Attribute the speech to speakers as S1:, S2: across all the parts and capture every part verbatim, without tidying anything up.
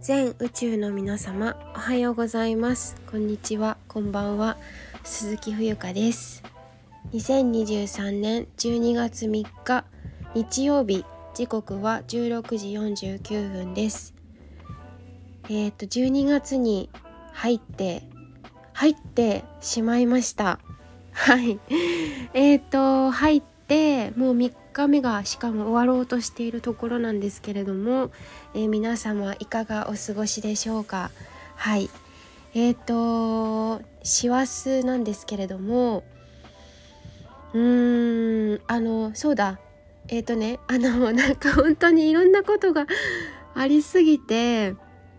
S1: 全宇宙の皆様、おはようございます。こんにちは、こんばんは。鈴木冬香です。にせんにじゅうさんねんじゅうにがつみっか日曜日、時刻はじゅうろくじよんじゅうきゅうふんです。えっとじゅうにがつに入って入ってしまいました。はいえっと入ってもうみっかめがしかも終わろうとしているところなんですけれども、えー、皆様いかがお過ごしでしょうか。はいえっと師走なんですけれども、うーんあのそうだえっとねあのなんか本当にいろんなことがありすぎて、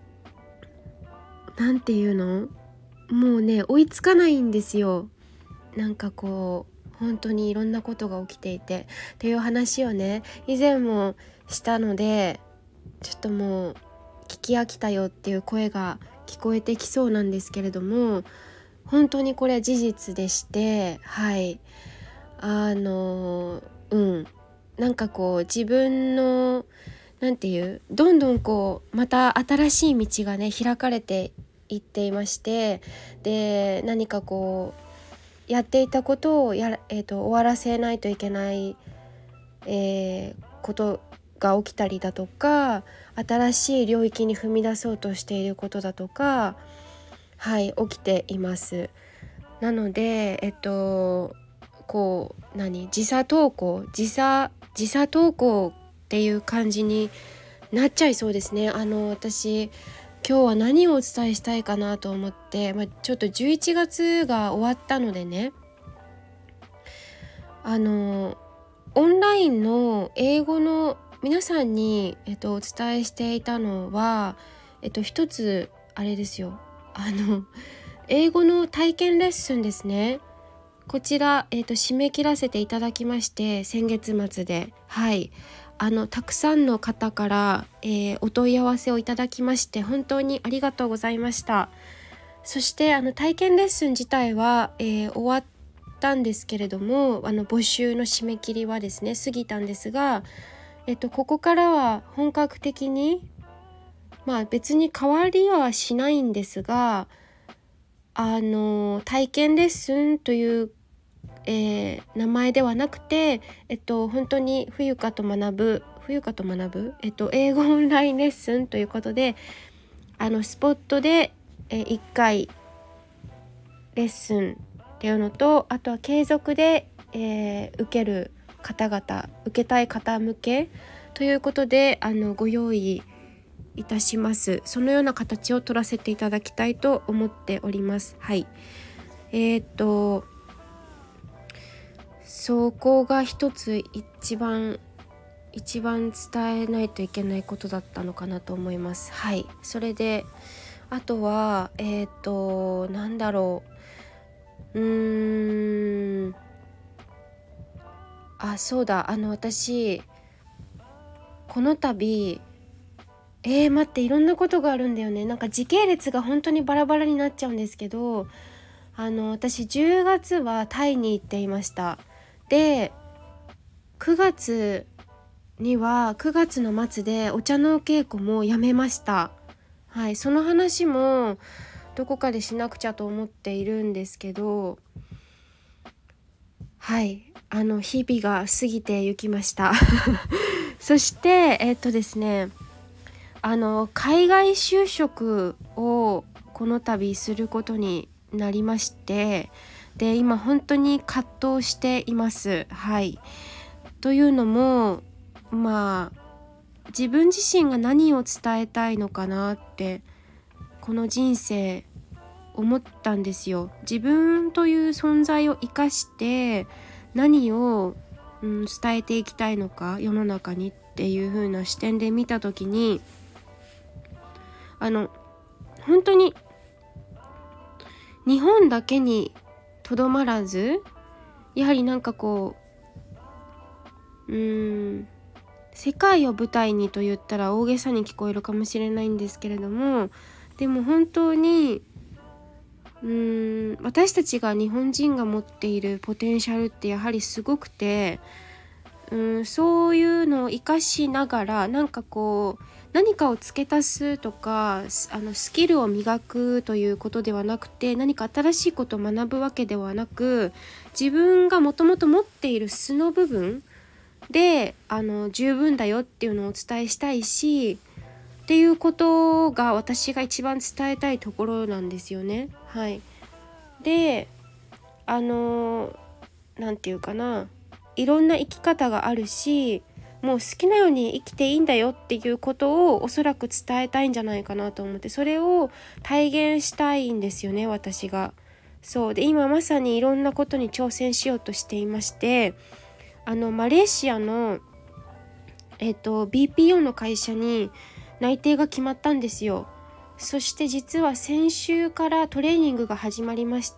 S1: なんていうのもうね追いつかないんですよ。なんかこう本当にいろんなことが起きていてっていう話をね以前もしたので、ちょっともう聞き飽きたよっていう声が聞こえてきそうなんですけれども、本当にこれ事実でして、はいあのうんなんかこう自分のなんていうどんどんこうまた新しい道がね開かれていっていまして、で何かこうやっていたことをや、えーと、終わらせないといけない、えーことが起きたりだとか、新しい領域に踏み出そうとしていることだとか、はい起きています。なのでえっとこう何時差投稿時差時差投稿っていう感じになっちゃいそうですね。あの私今日は何をお伝えしたいかなと思って、まあ、ちょっとじゅういちがつが終わったのでね、あのオンラインの英語の皆さんに、えっと、お伝えしていたのは、えっと、一つあれですよ、あの英語の体験レッスンですね。こちら、えっと、締め切らせていただきまして、先月末で、はいあのたくさんの方から、えーお問い合わせをいただきまして本当にありがとうございました。そしてあの体験レッスン自体は、えー終わったんですけれども、あの募集の締め切りはですね過ぎたんですが、えっと、ここからは本格的に、まあ別に変わりはしないんですが、あの体験レッスンというえー名前ではなくて、えっと、本当に冬香と学ぶ冬香と学ぶ、えっと、英語オンラインレッスンということで、あのスポットで、えーいっかいレッスンっていうのと、あとは継続で、えー受ける方々受けたい方向けということであのご用意いたします。そのような形を取らせていただきたいと思っております。はいえー、っとそこが一つ一番一番伝えないといけないことだったのかなと思います。はいそれであとはえっ、となんだろううーんあそうだあの私この度えー、待っていろんなことがあるんだよね。なんか時系列が本当にバラバラになっちゃうんですけど、あの私じゅうがつはタイに行っていました。でくがつにはくがつの末でお茶の稽古もやめました。はいその話もどこかでしなくちゃと思っているんですけど、はいあの日々が過ぎてゆきましたそしてえっとですねあの海外就職をこの度することになりまして、で今本当に葛藤しています。はいというのもまあ自分自身が何を伝えたいのかなってこの人生思ったんですよ。自分という存在を生かして何を、うん、伝えていきたいのか世の中にっていう風な視点で見た時に、あの本当に日本だけにとどまらず、やはりなんかこううーん世界を舞台にと言ったら大げさに聞こえるかもしれないんですけれども、でも本当にうーん私たちが日本人が持っているポテンシャルってやはりすごくて、うんそういうのを生かしながらなんかこう何かを付け足すとかあのスキルを磨くということではなくて、何か新しいことを学ぶわけではなく、自分がもともと持っている素の部分であの十分だよっていうのをお伝えしたいしっていうことが私が一番伝えたいところなんですよね。はい。であのなんていうかな、いろんな生き方があるし、もう好きなように生きていいんだよっていうことをおそらく伝えたいんじゃないかなと思って、それを体現したいんですよね、私が。そうで、今まさにいろんなことに挑戦しようとしていまして、あのマレーシアの、えっと、ビーピーオー の会社に内定が決まったんですよ。そして実は先週からトレーニングが始まりまして、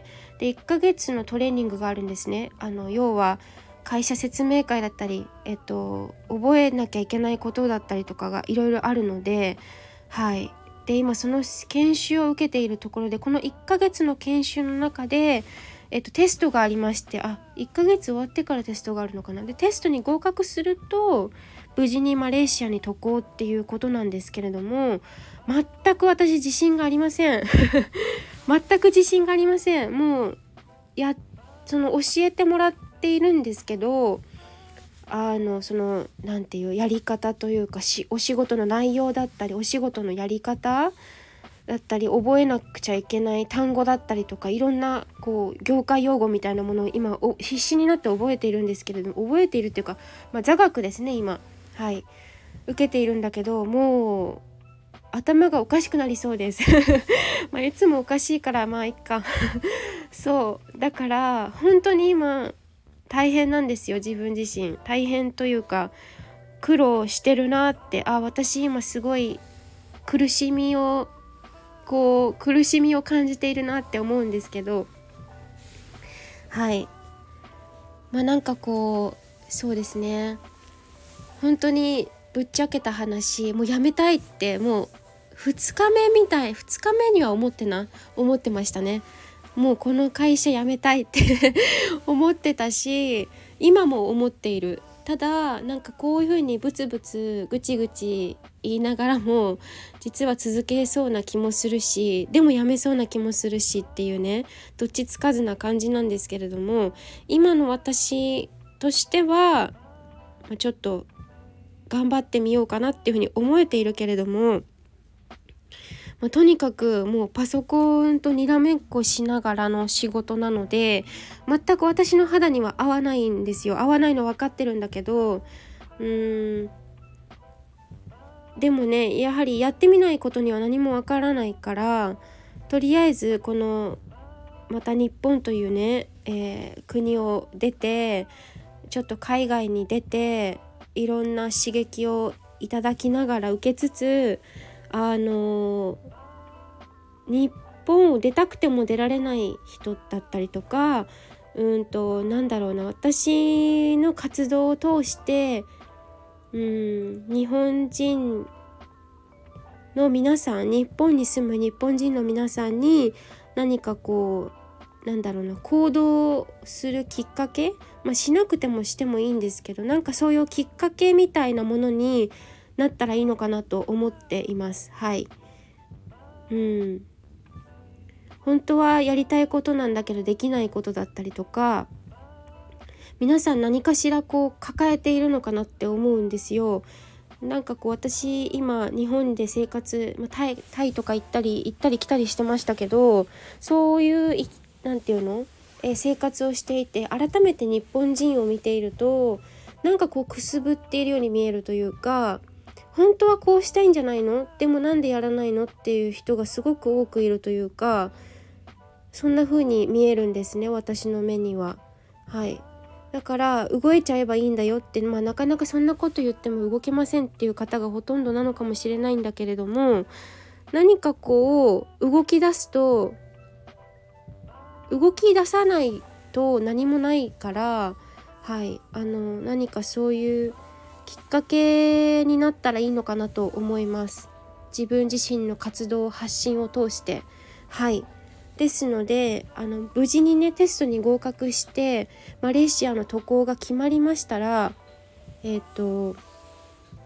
S1: でいっかげつのトレーニングがあるんですね。あの要は会社説明会だったり、えっと、覚えなきゃいけないことだったりとかがいろいろあるので、はい。で今その研修を受けているところで、このいっかげつの研修の中で、えっと、テストがありまして、あ、いっかげつ終わってからテストがあるのかな。でテストに合格すると無事にマレーシアに渡航っていうことなんですけれども、全く私自信がありません全く自信がありません。もうやその教えてもらっているんですけど、あのそのなんていうやり方というかしお仕事の内容だったり、お仕事のやり方だったり、覚えなくちゃいけない単語だったりとか、いろんなこう業界用語みたいなものを今お必死になって覚えているんですけれども、覚えているっていうか、まあ、座学ですね今、はい受けているんだけど、もう頭がおかしくなりそうですまあいつもおかしいからまあいっかそうだから本当に今大変なんですよ。自分自身大変というか苦労してるなって、あ、私今すごい苦しみをこう苦しみを感じているなって思うんですけど、はいまあなんかこうそうですね、本当にぶっちゃけた話、もうやめたいってもうふつかめみたいふつかめには思ってな思ってましたね。もうこの会社辞めたいって思ってたし、今も思っている。ただなんかこういう風にブツブツぐちぐち言いながらも実は続けそうな気もするし、でもやめそうな気もするしっていうね、どっちつかずな感じなんですけれども、今の私としてはちょっと頑張ってみようかなっていうふうに思えているけれども、まあ、とにかくもうパソコンとにらめっこしながらの仕事なので、全く私の肌には合わないんですよ。合わないの分かってるんだけど、うーんでもね、やはりやってみないことには何も分からないから、とりあえずこのまた日本というね、えー国を出てちょっと海外に出ていろんな刺激をいただきながら受けつつ、あの日本を出たくても出られない人だったりとか、うんとなんだろうな、私の活動を通してうん日本人の皆さん、日本に住む日本人の皆さんに何かこうなんだろうな、行動するきっかけ、まあ、しなくてもしてもいいんですけど、なんかそういうきっかけみたいなものになったらいいのかなと思っています。はい。うん本当はやりたいことなんだけどできないことだったりとか、皆さん何かしらこう抱えているのかなって思うんですよ。なんかこう私今日本で生活、まあ、タイ、タイとか行ったり行ったり来たりしてましたけど、そういうなんていうの、えー生活をしていて改めて日本人を見ていると、なんかこうくすぶっているように見えるというか、本当はこうしたいんじゃないの、でもなんでやらないのっていう人がすごく多くいるというか、そんな風に見えるんですね、私の目には。はい。だから動いちゃえばいいんだよって、まあ、なかなかそんなこと言っても動けませんっていう方がほとんどなのかもしれないんだけれども、何かこう動き出すと、動き出さないと何もないから、はい、あの何かそういうきっかけになったらいいのかなと思います。自分自身の活動発信を通して、はい。ですのであの無事にねテストに合格してマレーシアの渡航が決まりましたら、えっと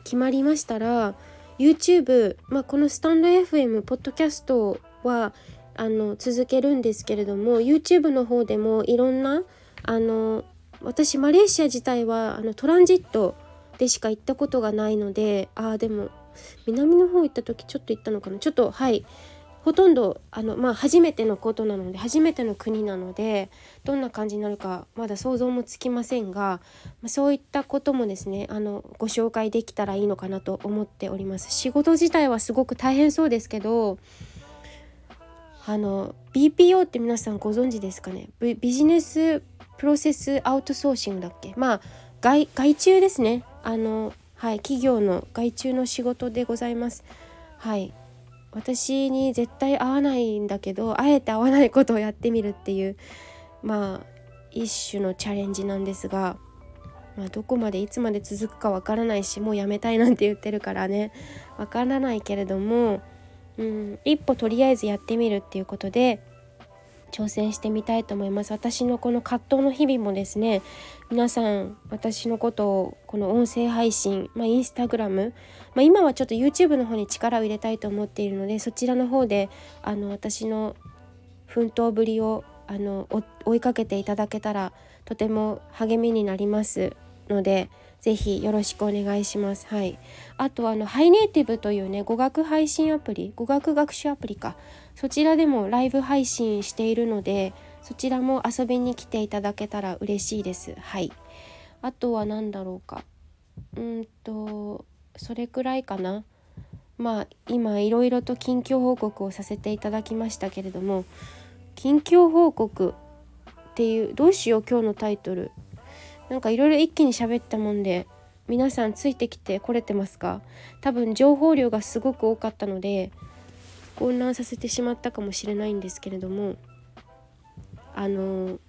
S1: 決まりましたら YouTube、まあ、このスタンド エフエム ポッドキャストはあの続けるんですけれども、 YouTube の方でもいろんなあの私マレーシア自体はあのトランジットでしか行ったことがないので、あーでも南の方行った時ちょっと行ったのかな、ちょっとはいほとんどあの、まあ、初めてのことなので、初めての国なのでどんな感じになるかまだ想像もつきませんが、まあ、そういったこともですねあのご紹介できたらいいのかなと思っております。仕事自体はすごく大変そうですけど、あの ビーピーオー って皆さんご存知ですかね。 ビ, ビジネスプロセスアウトソーシングだっけ、まあ 外, 外注ですね。あのはい企業の外注の仕事でございます。はい、私に絶対合わないんだけど、あえて合わないことをやってみるっていう、まあ一種のチャレンジなんですが、まあ、どこまでいつまで続くかわからないし、もうやめたいなんて言ってるからねわからないけれども、うん、一歩とりあえずやってみるっていうことで挑戦してみたいと思います。私のこの葛藤の日々もですね、皆さん私のことをこの音声配信、まあ、インスタグラム、まあ、今はちょっと YouTube の方に力を入れたいと思っているので、そちらの方であの私の奮闘ぶりをあの追いかけていただけたらとても励みになりますので、ぜひよろしくお願いします。はい、あとあのハイネイティブというね語学配信アプリ、語学学習アプリか、そちらでもライブ配信しているので、そちらも遊びに来ていただけたら嬉しいです。はい、あとは何だろうか、うんとそれくらいかな。まあ今いろいろと近況報告をさせていただきましたけれども、近況報告っていうどうしよう今日のタイトル、なんかいろいろ一気に喋ったもんで皆さんついてきてこれてますか？多分情報量がすごく多かったので混乱させてしまったかもしれないんですけれども、あの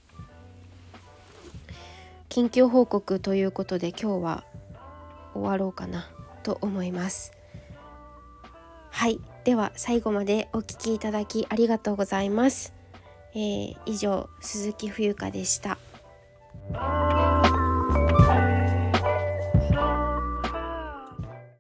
S1: 近況報告ということで今日は終わろうかなと思います。はい、では最後までお聞きいただきありがとうございます。えー、以上鈴木冬香でした。